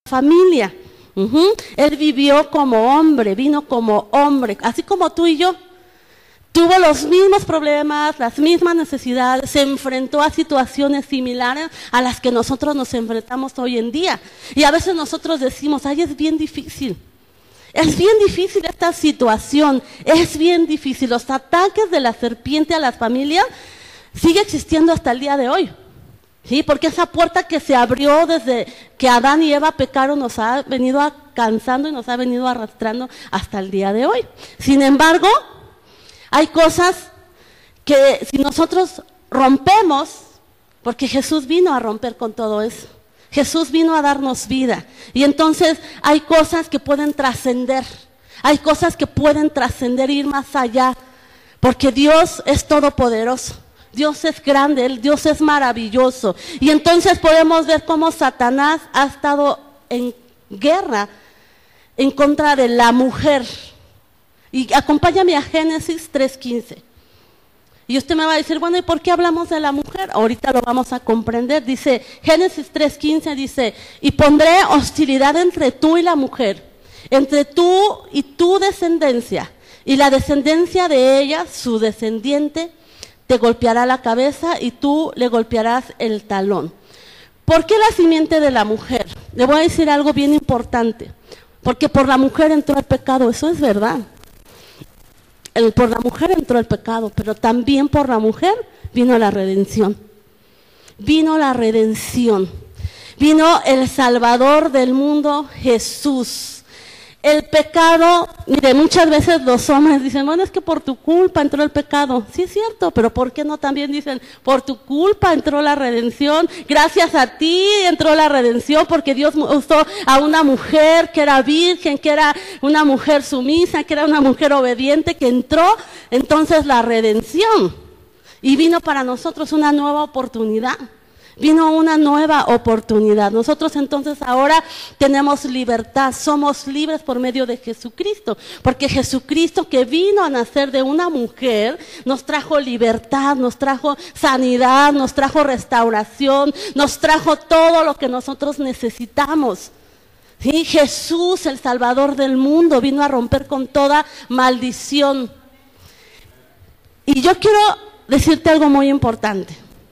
familia. Él vivió como hombre, vino como hombre, así como tú y yo. Tuvo los mismos problemas, las mismas necesidades, se enfrentó a situaciones similares a las que nosotros nos enfrentamos hoy en día. Y a veces nosotros decimos, ay, es bien difícil esta situación, es bien difícil. Los ataques de la serpiente a las familias sigue existiendo hasta el día de hoy. Sí, porque esa puerta que se abrió desde que Adán y Eva pecaron nos ha venido alcanzando y nos ha venido arrastrando hasta el día de hoy. Sin embargo, hay cosas que si nosotros rompemos, porque Jesús vino a romper con todo eso. Jesús vino a darnos vida. Y entonces hay cosas que pueden trascender. Hay cosas que pueden trascender, ir más allá. Porque Dios es todopoderoso. Dios es grande, Dios es maravilloso. Y entonces podemos ver cómo Satanás ha estado en guerra en contra de la mujer. Y acompáñame a Génesis 3:15. Y usted me va a decir, bueno, ¿y por qué hablamos de la mujer? Ahorita lo vamos a comprender. Dice, Génesis 3:15 dice, y pondré hostilidad entre tú y la mujer, entre tú y tu descendencia, y la descendencia de ella, su descendiente, te golpeará la cabeza y tú le golpearás el talón. ¿Por qué la simiente de la mujer? Le voy a decir algo bien importante. Porque por la mujer entró el pecado, eso es verdad. Por la mujer entró el pecado, pero también por la mujer vino la redención. Vino la redención. Vino el Salvador del mundo, Jesús. El pecado, mire, muchas veces los hombres dicen, bueno, es que por tu culpa entró el pecado. Sí es cierto, pero ¿por qué no también dicen, por tu culpa entró la redención? Gracias a ti entró la redención porque Dios usó a una mujer que era virgen, que era una mujer sumisa, que era una mujer obediente, que entró entonces la redención. Y vino para nosotros una nueva oportunidad. Vino una nueva oportunidad. Nosotros entonces ahora tenemos libertad, somos libres por medio de Jesucristo, porque Jesucristo que vino a nacer de una mujer, nos trajo libertad, nos trajo sanidad, nos trajo restauración, nos trajo todo lo que nosotros necesitamos. ¿Sí? Jesús, el Salvador del mundo, vino a romper con toda maldición. Y yo quiero decirte algo muy importante.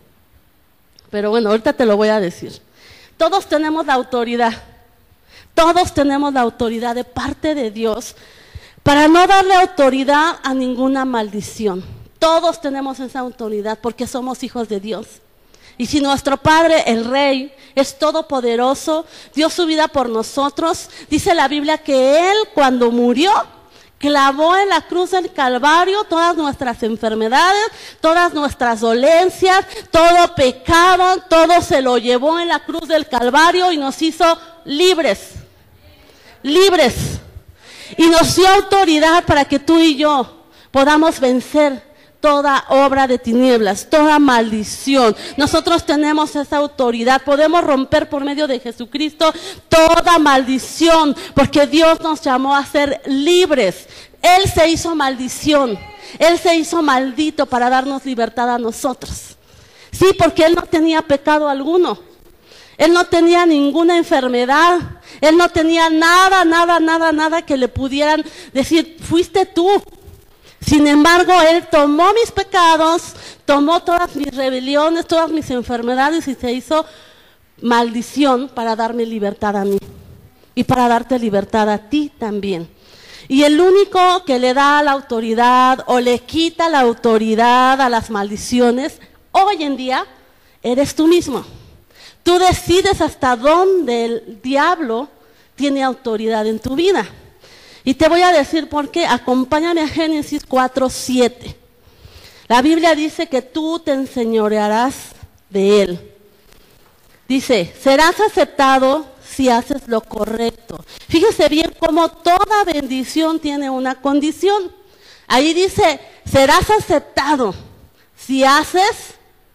Pero bueno, ahorita te lo voy a decir. Todos tenemos la autoridad. Todos tenemos la autoridad de parte de Dios para no darle autoridad a ninguna maldición. Todos tenemos esa autoridad porque somos hijos de Dios. Y si nuestro Padre, el Rey, es todopoderoso, dio su vida por nosotros, dice la Biblia que Él cuando murió, clavó en la cruz del Calvario todas nuestras enfermedades, todas nuestras dolencias, todo pecado, todo se lo llevó en la cruz del Calvario y nos hizo libres. Libres. Y nos dio autoridad para que tú y yo podamos vencer toda obra de tinieblas, toda maldición. Nosotros tenemos esa autoridad, podemos romper por medio de Jesucristo toda maldición, porque Dios nos llamó a ser libres. Él se hizo maldición, Él se hizo maldito para darnos libertad a nosotros. Sí, porque Él no tenía pecado alguno, Él no tenía ninguna enfermedad, Él no tenía nada que le pudieran decir, fuiste tú. Sin embargo, Él tomó mis pecados, tomó todas mis rebeliones, todas mis enfermedades y se hizo maldición para darme libertad a mí y para darte libertad a ti también. Y el único que le da la autoridad o le quita la autoridad a las maldiciones, hoy en día, eres tú mismo. Tú decides hasta dónde el diablo tiene autoridad en tu vida. Y te voy a decir por qué. Acompáñame a Génesis 4:7. La Biblia dice que tú te enseñorearás de él. Dice, serás aceptado si haces lo correcto. Fíjese bien cómo toda bendición tiene una condición. Ahí dice, serás aceptado si haces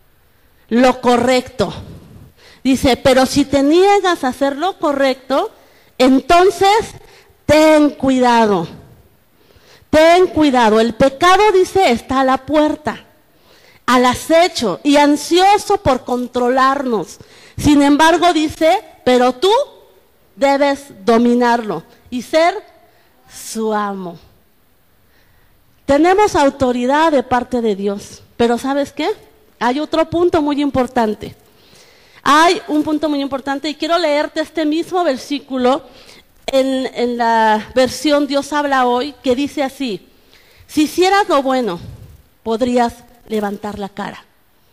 lo correcto. Dice, pero si te niegas a hacer lo correcto, entonces ten cuidado. Ten cuidado. El pecado, dice, está a la puerta, al acecho y ansioso por controlarnos. Sin embargo, dice, pero tú debes dominarlo y ser su amo. Tenemos autoridad de parte de Dios, pero ¿sabes qué? Hay otro punto muy importante. Hay un punto muy importante y quiero leerte este mismo versículo en la versión Dios habla hoy, que dice así: si hicieras lo bueno, podrías levantar la cara.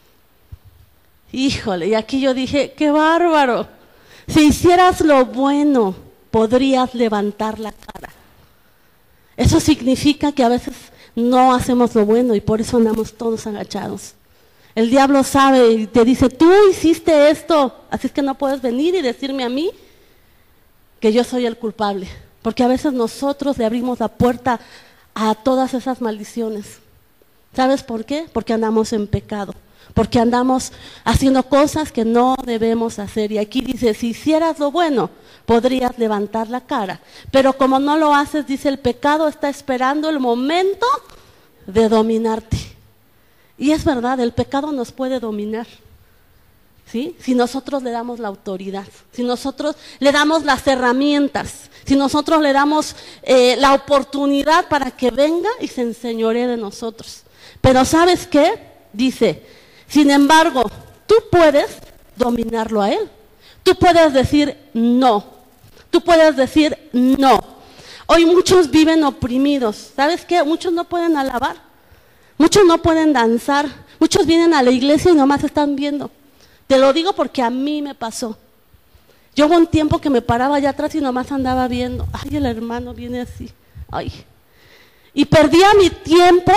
Híjole, y aquí yo dije, qué bárbaro. Si hicieras lo bueno, podrías levantar la cara. Eso significa que a veces no hacemos lo bueno y por eso andamos todos agachados. El diablo sabe y te dice, tú hiciste esto, así es que no puedes venir y decirme a mí que yo soy el culpable. Porque a veces nosotros le abrimos la puerta a todas esas maldiciones. ¿Sabes por qué? Porque andamos en pecado. Porque andamos haciendo cosas que no debemos hacer. Y aquí dice, si hicieras lo bueno, podrías levantar la cara. Pero como no lo haces, dice, el pecado está esperando el momento de dominarte. Y es verdad, el pecado nos puede dominar, ¿sí? Si nosotros le damos la autoridad, si nosotros le damos las herramientas, si nosotros le damos la oportunidad para que venga y se enseñoree de nosotros. Pero ¿sabes qué? Dice, sin embargo, tú puedes dominarlo a él. Tú puedes decir no. Tú puedes decir no. Hoy muchos viven oprimidos. ¿Sabes qué? Muchos no pueden alabar. Muchos no pueden danzar. Muchos vienen a la iglesia y nomás están viendo. Te lo digo porque a mí me pasó. Yo hubo un tiempo que me paraba allá atrás y nomás andaba viendo. Ay, el hermano viene así. Ay. Y perdía mi tiempo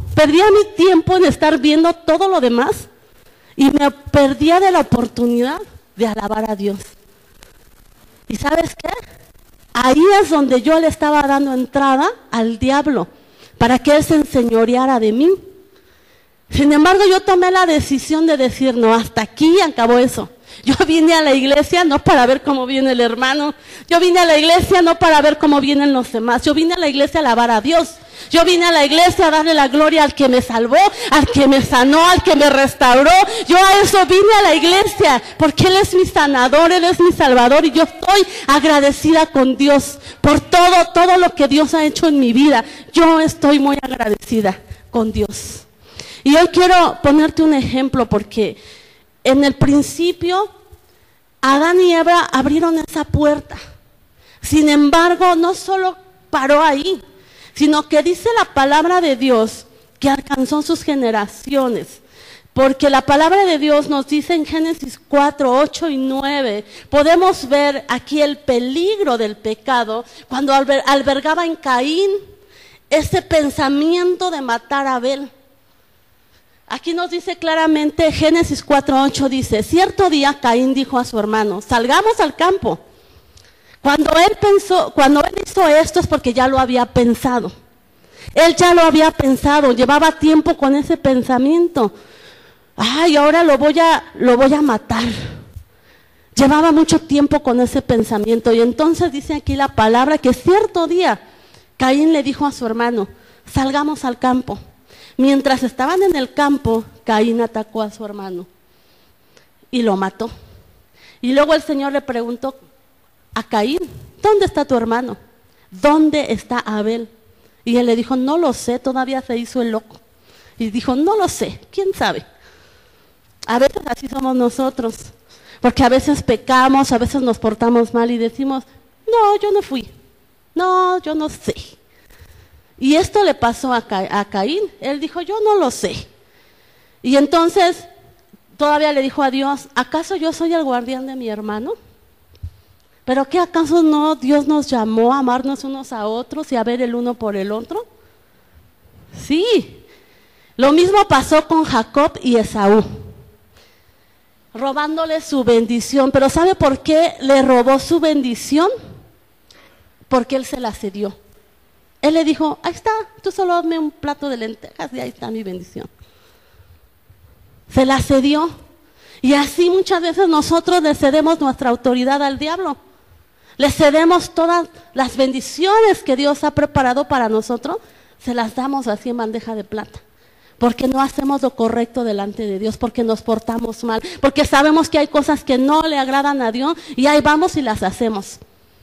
en estar viendo todo lo demás y me perdía de la oportunidad de alabar a Dios. ¿Y sabes qué? Ahí es donde yo le estaba dando entrada al diablo para que él se enseñoreara de mí. Sin embargo, yo tomé la decisión de decir, no, hasta aquí acabó eso. Yo vine a la iglesia no para ver cómo viene el hermano. Yo vine a la iglesia no para ver cómo vienen los demás. Yo vine a la iglesia a alabar a Dios. Yo vine a la iglesia a darle la gloria al que me salvó, al que me sanó, al que me restauró. Yo a eso vine a la iglesia, porque Él es mi sanador, Él es mi salvador. Y yo estoy agradecida con Dios por todo lo que Dios ha hecho en mi vida. Yo estoy muy agradecida con Dios. Y hoy quiero ponerte un ejemplo, porque en el principio Adán y Eva abrieron esa puerta. Sin embargo, no solo paró ahí, sino que dice la palabra de Dios que alcanzó sus generaciones. Porque la palabra de Dios nos dice en Génesis 4, 8 y 9, podemos ver aquí el peligro del pecado cuando albergaba en Caín ese pensamiento de matar a Abel. Aquí nos dice claramente, Génesis 4, 8 dice, cierto día Caín dijo a su hermano, salgamos al campo. Cuando él hizo esto es porque ya lo había pensado. Él ya lo había pensado, llevaba tiempo con ese pensamiento. Ay, ahora lo voy a matar. Llevaba mucho tiempo con ese pensamiento. Y entonces dice aquí la palabra que cierto día Caín le dijo a su hermano, salgamos al campo. Mientras estaban en el campo, Caín atacó a su hermano y lo mató. Y luego el Señor le preguntó a Caín, ¿dónde está tu hermano? ¿Dónde está Abel? Y él le dijo, no lo sé, todavía se hizo el loco. Y dijo, no lo sé, ¿quién sabe? A veces así somos nosotros, porque a veces pecamos, a veces nos portamos mal y decimos, no, yo no fui, no, yo no sé. Y esto le pasó a Caín, él dijo, yo no lo sé. Y entonces todavía le dijo a Dios, ¿acaso yo soy el guardián de mi hermano? ¿Pero qué acaso no Dios nos llamó a amarnos unos a otros y a ver el uno por el otro? Sí, lo mismo pasó con Jacob y Esaú, robándole su bendición. Pero ¿sabe por qué le robó su bendición? Porque él se la cedió. Él le dijo, ahí está, tú solo dame un plato de lentejas y ahí está mi bendición. Se la cedió. Y así muchas veces nosotros le cedemos nuestra autoridad al diablo. Le cedemos todas las bendiciones que Dios ha preparado para nosotros, se las damos así en bandeja de plata. Porque no hacemos lo correcto delante de Dios, porque nos portamos mal, porque sabemos que hay cosas que no le agradan a Dios y ahí vamos y las hacemos.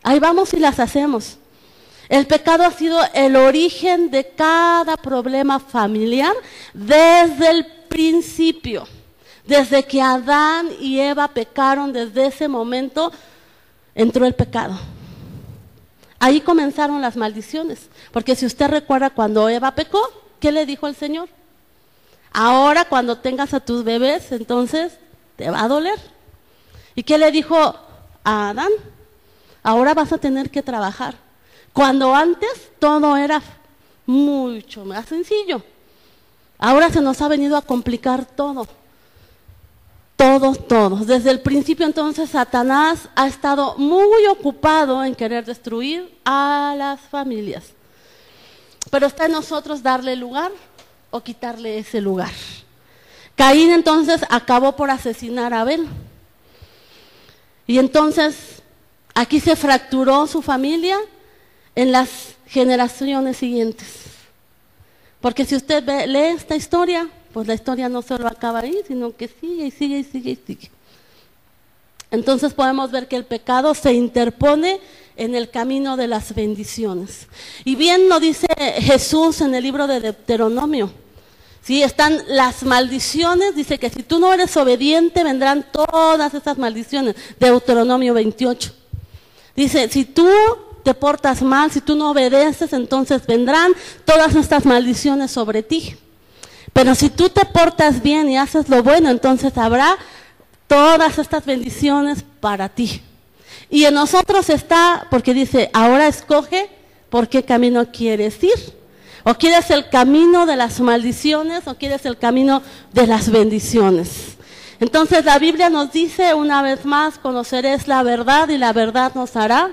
Ahí vamos y las hacemos. El pecado ha sido el origen de cada problema familiar desde el principio. Desde que Adán y Eva pecaron, desde ese momento entró el pecado. Ahí comenzaron las maldiciones. Porque si usted recuerda cuando Eva pecó, ¿qué le dijo el Señor? Ahora cuando tengas a tus bebés, entonces te va a doler. ¿Y qué le dijo a Adán? Ahora vas a tener que trabajar. Cuando antes todo era mucho más sencillo. Ahora se nos ha venido a complicar todo. Todo. Desde el principio entonces Satanás ha estado muy ocupado en querer destruir a las familias. Pero está en nosotros darle lugar o quitarle ese lugar. Caín entonces acabó por asesinar a Abel. Y entonces aquí se fracturó su familia en las generaciones siguientes. Porque si usted lee esta historia, pues la historia no solo acaba ahí, sino que sigue y sigue y sigue y sigue. Entonces podemos ver que el pecado se interpone en el camino de las bendiciones. Y bien lo dice Jesús en el libro de Deuteronomio. Sí, están las maldiciones, dice que si tú no eres obediente vendrán todas estas maldiciones. Deuteronomio 28. Dice, si tú te portas mal, si tú no obedeces, entonces vendrán todas estas maldiciones sobre ti. Pero si tú te portas bien y haces lo bueno, entonces habrá todas estas bendiciones para ti. Y en nosotros está, porque dice, ahora escoge por qué camino quieres ir. O quieres el camino de las maldiciones o quieres el camino de las bendiciones. Entonces la Biblia nos dice una vez más, conoceréis la verdad y la verdad nos hará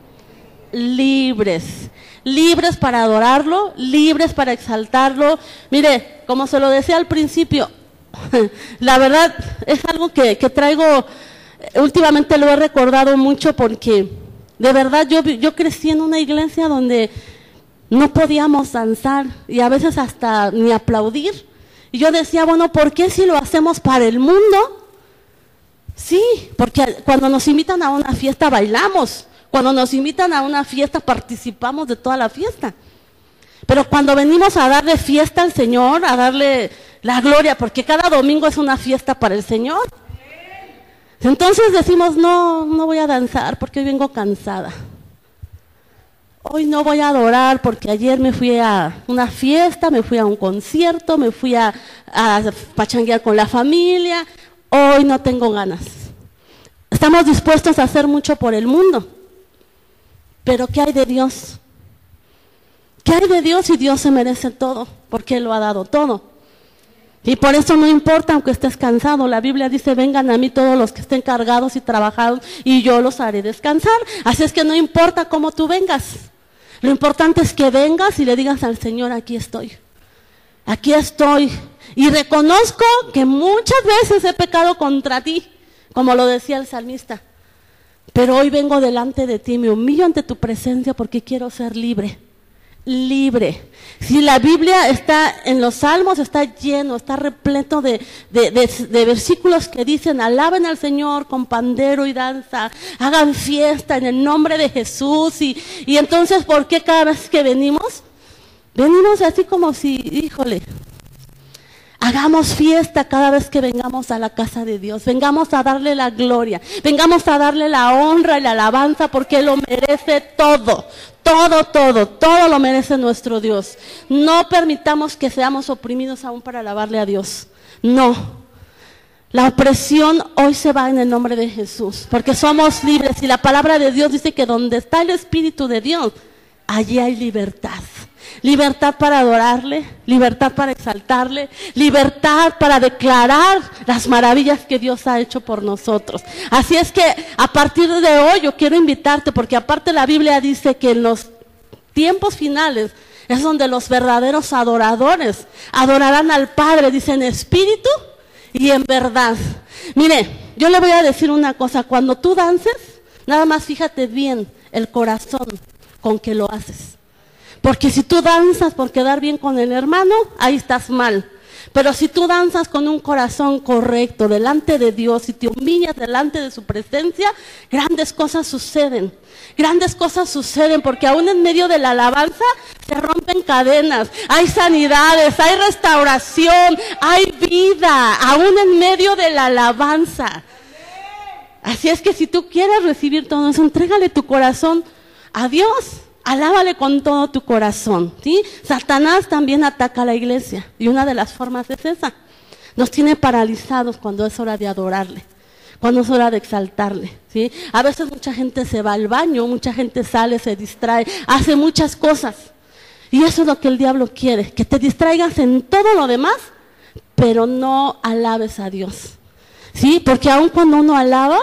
libres. Libres para adorarlo, libres para exaltarlo. Mire, como se lo decía al principio, la verdad es algo que traigo, últimamente lo he recordado mucho porque de verdad yo crecí en una iglesia donde no podíamos danzar y a veces hasta ni aplaudir. Y yo decía, bueno, ¿por qué si lo hacemos para el mundo? Sí, porque cuando nos invitan a una fiesta bailamos. Cuando nos invitan a una fiesta participamos de toda la fiesta. Pero cuando venimos a darle fiesta al Señor, a darle la gloria, porque cada domingo es una fiesta para el Señor. Entonces decimos, no voy a danzar porque hoy vengo cansada. Hoy no voy a adorar porque ayer me fui a una fiesta, me fui a un concierto, me fui a pachanguear con la familia. Hoy no tengo ganas. Estamos dispuestos a hacer mucho por el mundo. Pero ¿qué hay de Dios? ¿Qué hay de Dios si Dios se merece todo? Porque Él lo ha dado todo. Y por eso no importa aunque estés cansado. La Biblia dice, vengan a mí todos los que estén cargados y trabajados y yo los haré descansar. Así es que no importa cómo tú vengas. Lo importante es que vengas y le digas al Señor, aquí estoy. Aquí estoy. Y reconozco que muchas veces he pecado contra ti, como lo decía el salmista. Pero hoy vengo delante de ti, me humillo ante tu presencia porque quiero ser libre. Libre. Si la Biblia está en los Salmos, está lleno, está repleto de versículos que dicen, alaben al Señor con pandero y danza, hagan fiesta en el nombre de Jesús. Y entonces, ¿por qué cada vez que venimos? Venimos así como si, híjole, hagamos fiesta cada vez que vengamos a la casa de Dios. Vengamos a darle la gloria. Vengamos a darle la honra y la alabanza porque Él lo merece todo. Todo lo merece nuestro Dios. No permitamos que seamos oprimidos aún para alabarle a Dios. No. La opresión hoy se va en el nombre de Jesús. Porque somos libres y la palabra de Dios dice que donde está el Espíritu de Dios, allí hay libertad. Libertad para adorarle, libertad para exaltarle, libertad para declarar las maravillas que Dios ha hecho por nosotros. Así es que a partir de hoy yo quiero invitarte, porque aparte la Biblia dice que en los tiempos finales es donde los verdaderos adoradores adorarán al Padre, dice en espíritu y en verdad. Mire, yo le voy a decir una cosa, cuando tú dances, nada más fíjate bien el corazón con que lo haces. Porque si tú danzas por quedar bien con el hermano, ahí estás mal. Pero si tú danzas con un corazón correcto delante de Dios y te humillas delante de su presencia, grandes cosas suceden. Grandes cosas suceden porque aún en medio de la alabanza se rompen cadenas, hay sanidades, hay restauración, hay vida, aún en medio de la alabanza. Así es que si tú quieres recibir todo eso, entrégale tu corazón a Dios. Alábale con todo tu corazón, ¿sí? Satanás también ataca a la iglesia y una de las formas es esa. Nos tiene paralizados cuando es hora de adorarle, cuando es hora de exaltarle, ¿sí? A veces mucha gente se va al baño, mucha gente sale, se distrae, hace muchas cosas. Y eso es lo que el diablo quiere, que te distraigas en todo lo demás, pero no alabes a Dios, ¿sí? Porque aun cuando uno alaba,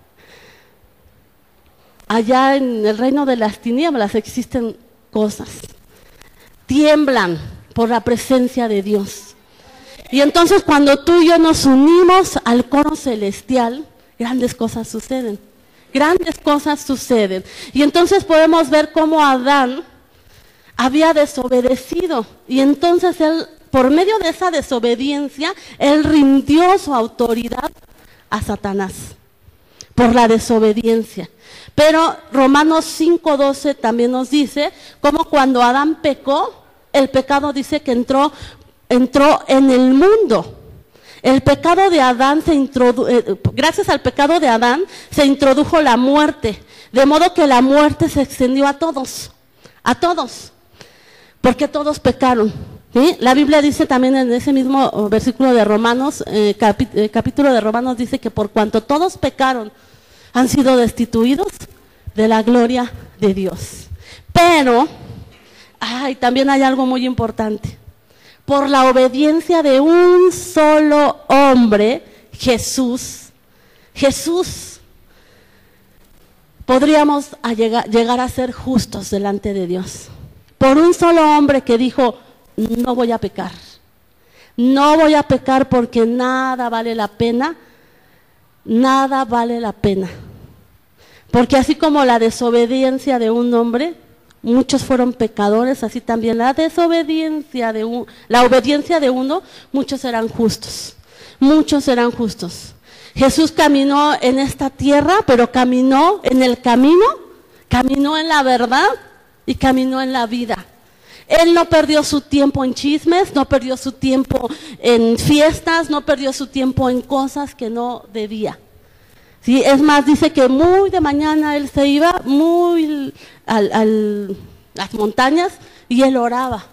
allá en el reino de las tinieblas existen cosas. Tiemblan por la presencia de Dios. Y entonces cuando tú y yo nos unimos al coro celestial, grandes cosas suceden. Grandes cosas suceden. Y entonces podemos ver cómo Adán había desobedecido. Y entonces él, por medio de esa desobediencia, él rindió su autoridad a Satanás. Por la desobediencia. Pero Romanos 5:12 también nos dice cómo cuando Adán pecó, el pecado dice que entró en el mundo. El pecado de Adán gracias al pecado de Adán se introdujo la muerte, de modo que la muerte se extendió a todos, porque todos pecaron. ¿Sí? La Biblia dice también en ese mismo versículo de Romanos, capítulo de Romanos, dice que por cuanto todos pecaron, han sido destituidos de la gloria de Dios. Pero, también hay algo muy importante. Por la obediencia de un solo hombre, Jesús, podríamos llegar a ser justos delante de Dios. Por un solo hombre que dijo, no voy a pecar. No voy a pecar porque nada vale la pena. Nada vale la pena. Porque así como la desobediencia de un hombre, muchos fueron pecadores, así también la obediencia de uno, muchos serán justos. Muchos serán justos. Jesús caminó en esta tierra, pero caminó en el camino, caminó en la verdad y caminó en la vida. Él no perdió su tiempo en chismes, no perdió su tiempo en fiestas, no perdió su tiempo en cosas que no debía. Sí, es más, dice que muy de mañana él se iba muy a las montañas y él oraba,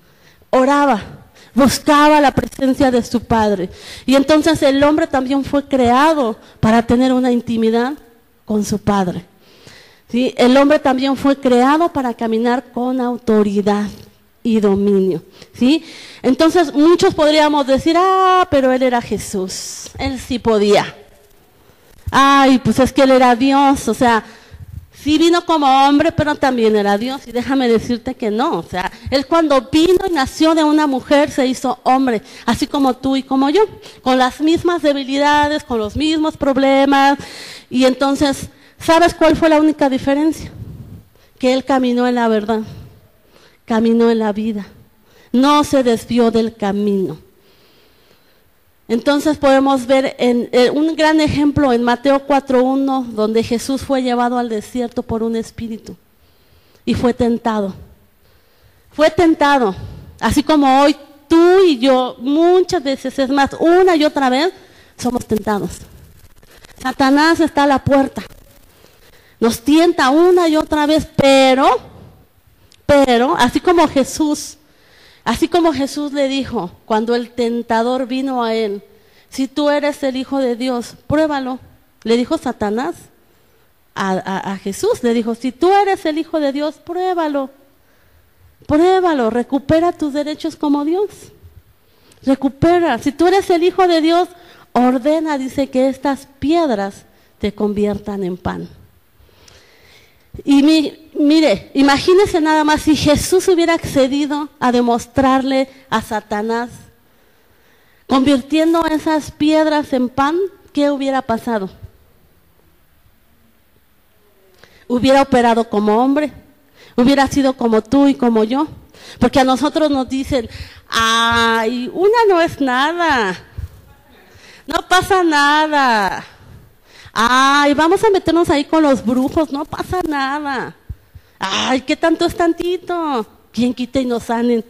buscaba la presencia de su Padre. Y entonces el hombre también fue creado para tener una intimidad con su Padre. ¿Sí? El hombre también fue creado para caminar con autoridad y dominio. ¿Sí? Entonces muchos podríamos decir, pero él era Jesús, él sí podía. Pues es que él era Dios, o sea, sí vino como hombre, pero también era Dios. Y déjame decirte que no, o sea, él cuando vino y nació de una mujer se hizo hombre, así como tú y como yo, con las mismas debilidades, con los mismos problemas. Y entonces, ¿sabes cuál fue la única diferencia? Que él caminó en la verdad, caminó en la vida, no se desvió del camino. Entonces podemos ver un gran ejemplo en Mateo 4:1, donde Jesús fue llevado al desierto por un espíritu y fue tentado. Fue tentado, así como hoy tú y yo muchas veces, es más, una y otra vez, somos tentados. Satanás está a la puerta, nos tienta una y otra vez, pero, así como Jesús le dijo cuando el tentador vino a él, si tú eres el Hijo de Dios, pruébalo. Le dijo Satanás a Jesús, le dijo, si tú eres el Hijo de Dios, pruébalo, recupera tus derechos como Dios. Recupera, si tú eres el Hijo de Dios, ordena, dice, que estas piedras te conviertan en pan. Y mire, imagínese nada más si Jesús hubiera accedido a demostrarle a Satanás, convirtiendo esas piedras en pan, ¿qué hubiera pasado? Hubiera operado como hombre, hubiera sido como tú y como yo. Porque a nosotros nos dicen, ay, una no es nada, no pasa nada. Ay, vamos a meternos ahí con los brujos, no pasa nada. Ay, ¿qué tanto es tantito? ¿Quién quita y nos sanen?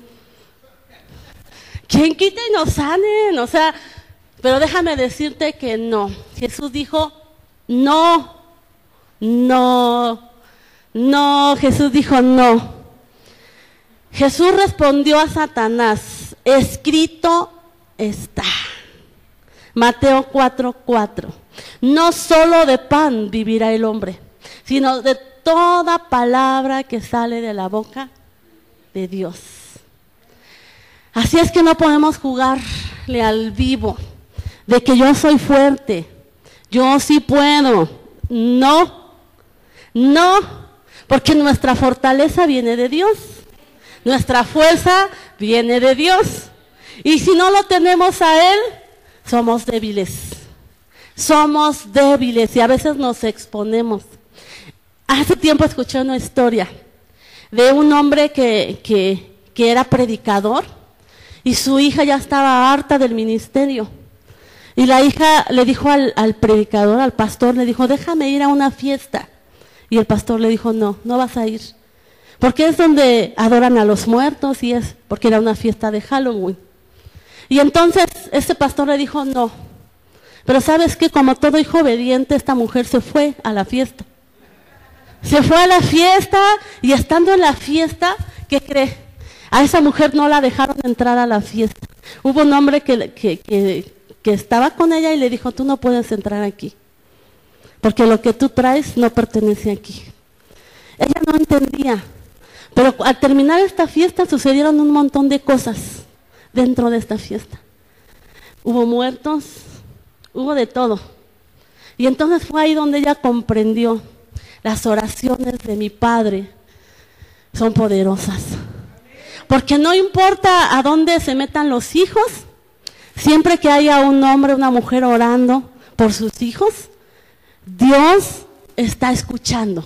¿Quién quita y nos sanen? O sea, pero déjame decirte que no. Jesús dijo, no, no, no. Jesús dijo no. Jesús respondió a Satanás, escrito está. Mateo 4:4. No solo de pan vivirá el hombre, sino de toda palabra que sale de la boca de Dios. Así es que no podemos jugarle al vivo de que yo soy fuerte, yo sí puedo. No, no, porque nuestra fortaleza viene de Dios, nuestra fuerza viene de Dios. Y si no lo tenemos a Él, somos débiles. Somos débiles y a veces nos exponemos. Hace tiempo escuché una historia de un hombre que era predicador y su hija ya estaba harta del ministerio. Y la hija le dijo al predicador, al pastor, le dijo, déjame ir a una fiesta. Y el pastor le dijo, no, no vas a ir. Porque es donde adoran a los muertos y es porque era una fiesta de Halloween. Y entonces ese pastor le dijo, no. Pero ¿sabes qué? Como todo hijo obediente, esta mujer se fue a la fiesta. Se fue a la fiesta y estando en la fiesta, ¿qué cree? A esa mujer no la dejaron entrar a la fiesta. Hubo un hombre que estaba con ella y le dijo, tú no puedes entrar aquí, porque lo que tú traes no pertenece aquí. Ella no entendía, pero al terminar esta fiesta sucedieron un montón de cosas dentro de esta fiesta. Hubo muertos, hubo de todo. Y entonces fue ahí donde ella comprendió, las oraciones de mi Padre son poderosas. Porque no importa a dónde se metan los hijos, siempre que haya un hombre o una mujer orando por sus hijos, Dios está escuchando.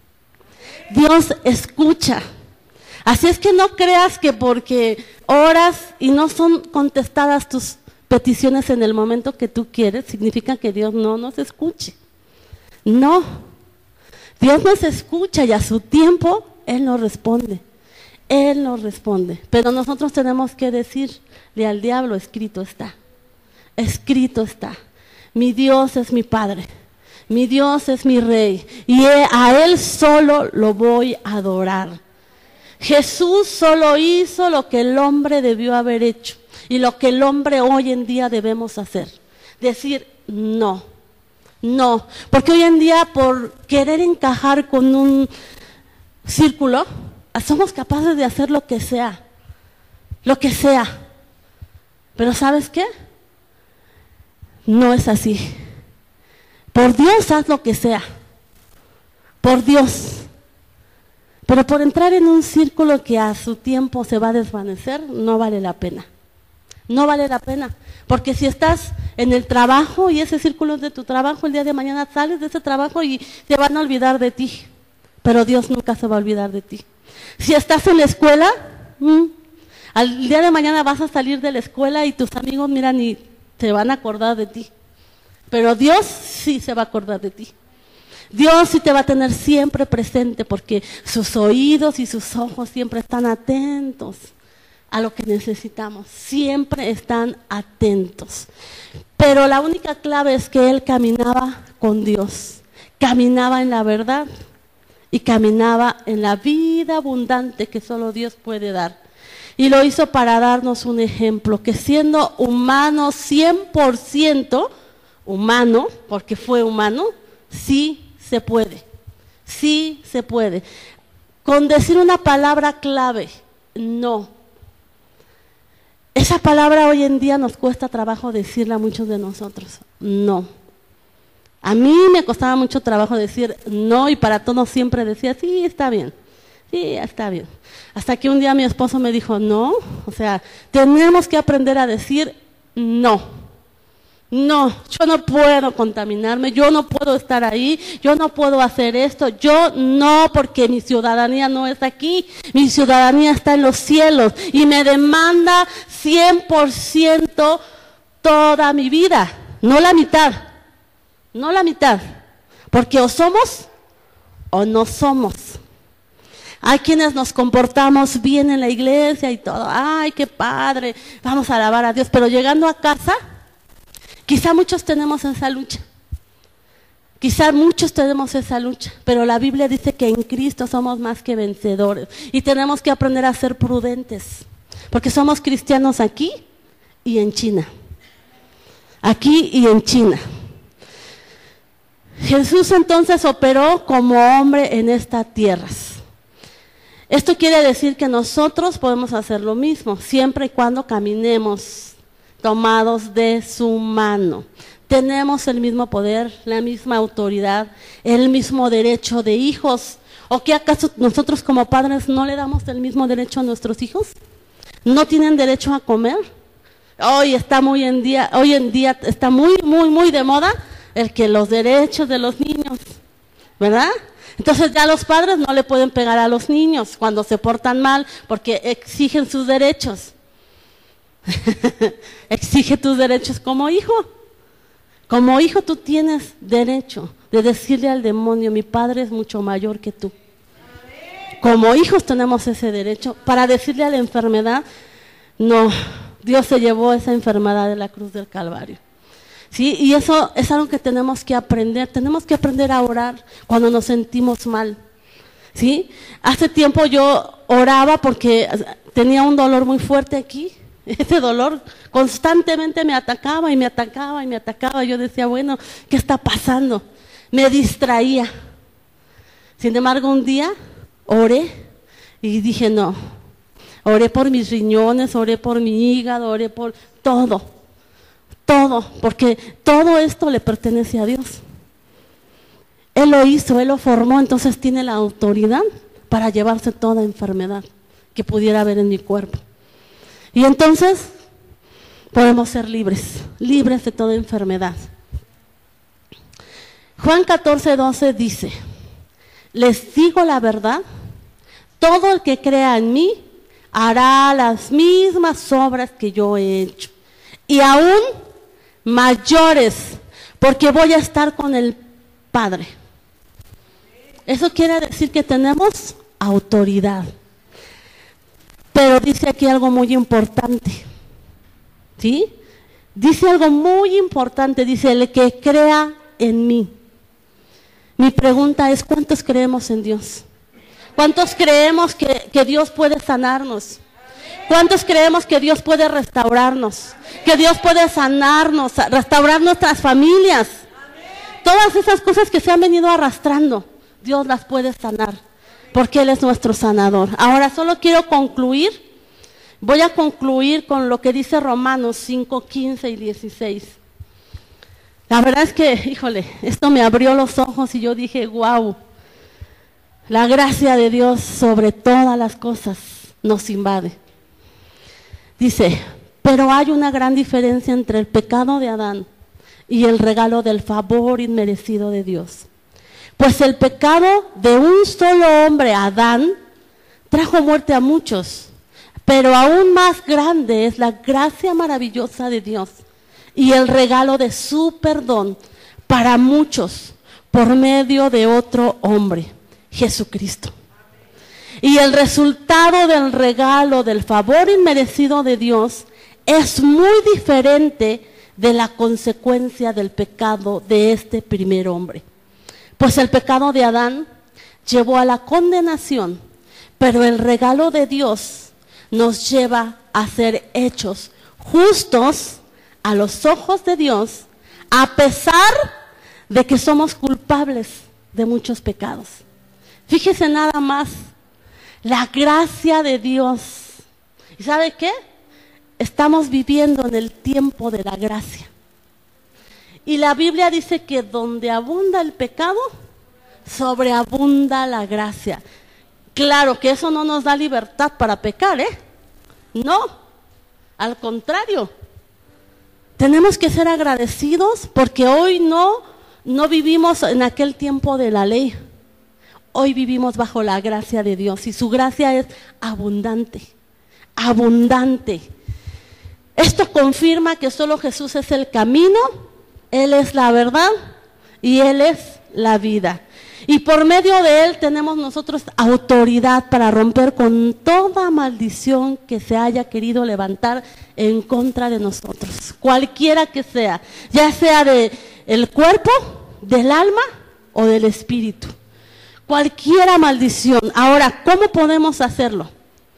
Dios escucha. Así es que no creas que porque oras y no son contestadas tus peticiones en el momento que tú quieres, significa que Dios no nos escuche. No. Dios nos escucha y a su tiempo Él nos responde. Él nos responde. Pero nosotros tenemos que decirle al diablo, escrito está. Escrito está. Mi Dios es mi Padre. Mi Dios es mi Rey. Y a Él solo lo voy a adorar. Jesús solo hizo lo que el hombre debió haber hecho. Y lo que el hombre hoy en día debemos hacer. Decir no. No. Porque hoy en día por querer encajar con un círculo, somos capaces de hacer lo que sea. Lo que sea. Pero ¿sabes qué? No es así. Por Dios haz lo que sea. Por Dios. Pero por entrar en un círculo que a su tiempo se va a desvanecer, no vale la pena. No vale la pena. Porque si estás en el trabajo y ese círculo es de tu trabajo, el día de mañana sales de ese trabajo y se van a olvidar de ti. Pero Dios nunca se va a olvidar de ti. Si estás en la escuela, al día de mañana vas a salir de la escuela y tus amigos miran y se van a acordar de ti. Pero Dios sí se va a acordar de ti. Dios sí te va a tener siempre presente porque sus oídos y sus ojos siempre están atentos a lo que necesitamos. Siempre están atentos. Pero la única clave es que Él caminaba con Dios. Caminaba en la verdad y caminaba en la vida abundante que solo Dios puede dar. Y lo hizo para darnos un ejemplo, que siendo humano 100%, humano, porque fue humano, sí se puede, sí se puede. Con decir una palabra clave, no. Esa palabra hoy en día nos cuesta trabajo decirla a muchos de nosotros, no. A mí me costaba mucho trabajo decir no y para todos siempre decía, sí, está bien, sí, está bien. Hasta que un día mi esposo me dijo, no, o sea, tenemos que aprender a decir no. No, yo no puedo contaminarme, yo no puedo estar ahí, yo no puedo hacer esto, yo no, porque mi ciudadanía no es aquí, mi ciudadanía está en los cielos y me demanda 100% toda mi vida, no la mitad, no la mitad, porque o somos o no somos. Hay quienes nos comportamos bien en la iglesia y todo, ay, qué padre, vamos a alabar a Dios, pero llegando a casa, quizá muchos tenemos esa lucha, pero la Biblia dice que en Cristo somos más que vencedores y tenemos que aprender a ser prudentes, porque somos cristianos aquí y en China. Aquí y en China. Jesús entonces operó como hombre en estas tierras. Esto quiere decir que nosotros podemos hacer lo mismo, siempre y cuando caminemos tomados de su mano. Tenemos el mismo poder, la misma autoridad, el mismo derecho de hijos. ¿O qué acaso nosotros como padres no le damos el mismo derecho a nuestros hijos? ¿No tienen derecho a comer? Hoy en día está muy de moda el que los derechos de los niños, ¿verdad? Entonces ya los padres no le pueden pegar a los niños cuando se portan mal porque exigen sus derechos. Exige tus derechos como hijo. Como hijo tú tienes derecho de decirle al demonio, mi padre es mucho mayor que tú. Como hijos tenemos ese derecho para decirle a la enfermedad, no, Dios se llevó esa enfermedad de la cruz del Calvario. ¿Sí? Y eso es algo que tenemos que aprender a orar cuando nos sentimos mal. ¿Sí? Hace tiempo yo oraba porque tenía un dolor muy fuerte aquí. Ese dolor constantemente me atacaba. Yo decía, bueno, ¿qué está pasando? Me distraía. Sin embargo, un día oré y dije, no. Oré por mis riñones, oré por mi hígado, oré por todo, porque todo esto le pertenece a Dios. Él lo hizo, Él lo formó, entonces tiene la autoridad para llevarse toda enfermedad que pudiera haber en mi cuerpo. Y entonces podemos ser libres de toda enfermedad. Juan 14:12 dice, les digo la verdad, todo el que crea en mí hará las mismas obras que yo he hecho, y aún mayores, porque voy a estar con el Padre. Eso quiere decir que tenemos autoridad. Pero dice aquí algo muy importante, ¿sí? Dice algo muy importante, dice, el que crea en mí. Mi pregunta es, ¿cuántos creemos en Dios? ¿Cuántos creemos que Dios puede sanarnos? ¿Cuántos creemos que Dios puede restaurarnos? Que Dios puede sanarnos, restaurar nuestras familias. Todas esas cosas que se han venido arrastrando, Dios las puede sanar, porque Él es nuestro sanador. Ahora solo quiero concluir, voy a concluir con lo que dice Romanos 5:15 y 16. La verdad es que, híjole, esto me abrió los ojos y yo dije, wow, la gracia de Dios sobre todas las cosas nos invade. Dice, pero hay una gran diferencia entre el pecado de Adán y el regalo del favor inmerecido de Dios. Pues el pecado de un solo hombre, Adán, trajo muerte a muchos, pero aún más grande es la gracia maravillosa de Dios y el regalo de su perdón para muchos por medio de otro hombre, Jesucristo. Y el resultado del regalo del favor inmerecido de Dios es muy diferente de la consecuencia del pecado de este primer hombre. Pues el pecado de Adán llevó a la condenación, pero el regalo de Dios nos lleva a ser hechos justos a los ojos de Dios, a pesar de que somos culpables de muchos pecados. Fíjese nada más, la gracia de Dios. ¿Y sabe qué? Estamos viviendo en el tiempo de la gracia. Y la Biblia dice que donde abunda el pecado, sobreabunda la gracia. Claro que eso no nos da libertad para pecar, ¿eh? No, al contrario. Tenemos que ser agradecidos porque hoy no vivimos en aquel tiempo de la ley. Hoy vivimos bajo la gracia de Dios y su gracia es abundante, abundante. Esto confirma que solo Jesús es el camino, Él es la verdad y Él es la vida. Y por medio de Él tenemos nosotros autoridad para romper con toda maldición que se haya querido levantar en contra de nosotros. Cualquiera que sea, ya sea del cuerpo, del alma o del espíritu. Cualquiera maldición. Ahora, ¿cómo podemos hacerlo?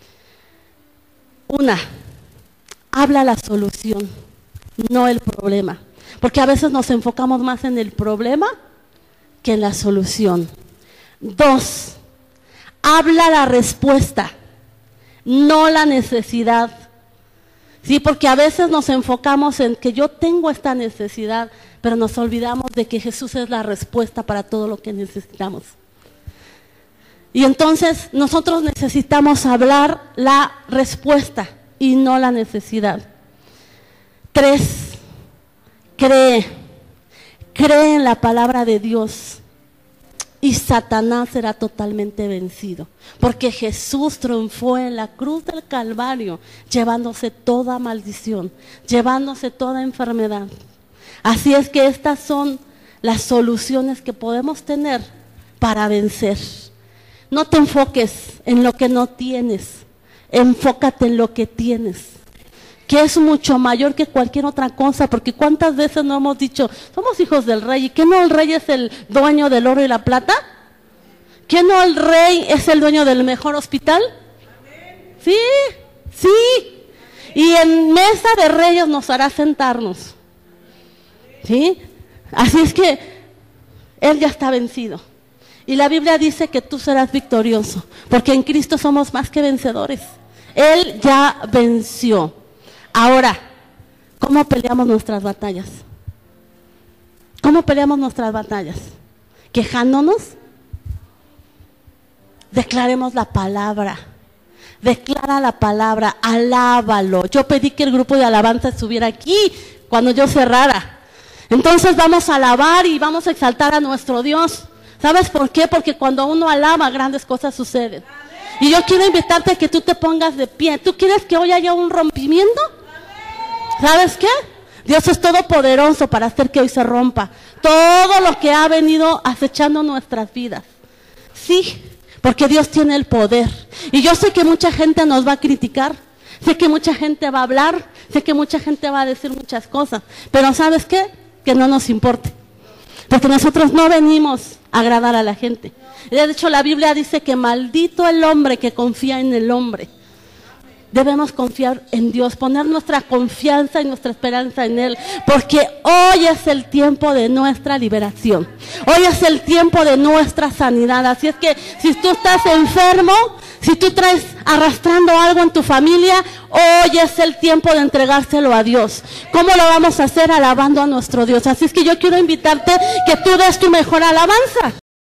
Habla la solución, no el problema. Porque a veces nos enfocamos más en el problema que en la solución. 2, habla la respuesta, no la necesidad. Sí, porque a veces nos enfocamos en que yo tengo esta necesidad, pero nos olvidamos de que Jesús es la respuesta para todo lo que necesitamos. Y entonces nosotros necesitamos hablar la respuesta y no la necesidad. 3, cree en la palabra de Dios y Satanás será totalmente vencido, porque Jesús triunfó en la cruz del Calvario, llevándose toda maldición, llevándose toda enfermedad. Así es que estas son las soluciones que podemos tener para vencer. No te enfoques en lo que no tienes, enfócate en lo que tienes, que es mucho mayor que cualquier otra cosa, porque cuántas veces no hemos dicho, somos hijos del rey, ¿y qué no el rey es el dueño del oro y la plata? ¿Qué no el rey es el dueño del mejor hospital? Sí, sí, y en mesa de reyes nos hará sentarnos, ¿sí? Así es que Él ya está vencido, y la Biblia dice que tú serás victorioso, porque en Cristo somos más que vencedores. Él ya venció. Ahora, ¿cómo peleamos nuestras batallas? ¿Cómo peleamos nuestras batallas? ¿Quejándonos? Declaremos la palabra. Declara la palabra, alábalo. Yo pedí que el grupo de alabanza estuviera aquí cuando yo cerrara. Entonces vamos a alabar y vamos a exaltar a nuestro Dios. ¿Sabes por qué? Porque cuando uno alaba, grandes cosas suceden. Y yo quiero invitarte a que tú te pongas de pie. ¿Tú quieres que hoy haya un rompimiento? ¿Sabes qué? Dios es todopoderoso para hacer que hoy se rompa todo lo que ha venido acechando nuestras vidas. Sí, porque Dios tiene el poder. Y yo sé que mucha gente nos va a criticar, sé que mucha gente va a hablar, sé que mucha gente va a decir muchas cosas, pero ¿sabes qué? Que no nos importe, porque nosotros no venimos a agradar a la gente. De hecho, la Biblia dice que maldito el hombre que confía en el hombre. Debemos confiar en Dios, poner nuestra confianza y nuestra esperanza en Él, porque hoy es el tiempo de nuestra liberación, hoy es el tiempo de nuestra sanidad. Así es que si tú estás enfermo, si tú traes arrastrando algo en tu familia, hoy es el tiempo de entregárselo a Dios. ¿Cómo lo vamos a hacer? Alabando a nuestro Dios. Así es que yo quiero invitarte que tú des tu mejor alabanza.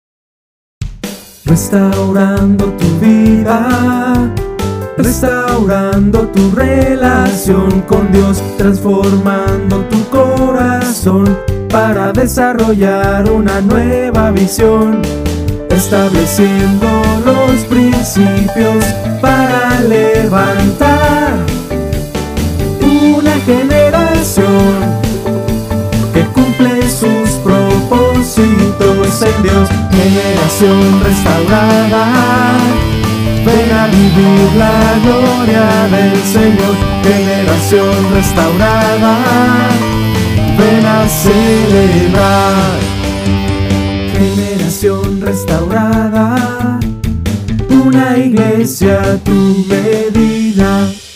Restaurando tu vida, restaurando tu relación con Dios, transformando tu corazón para desarrollar una nueva visión, estableciendo los principios para levantar una generación que cumple sus propósitos en Dios. Generación restaurada, ven a vivir la gloria del Señor. Generación restaurada, ven a celebrar. Generación restaurada, una iglesia a tu medida.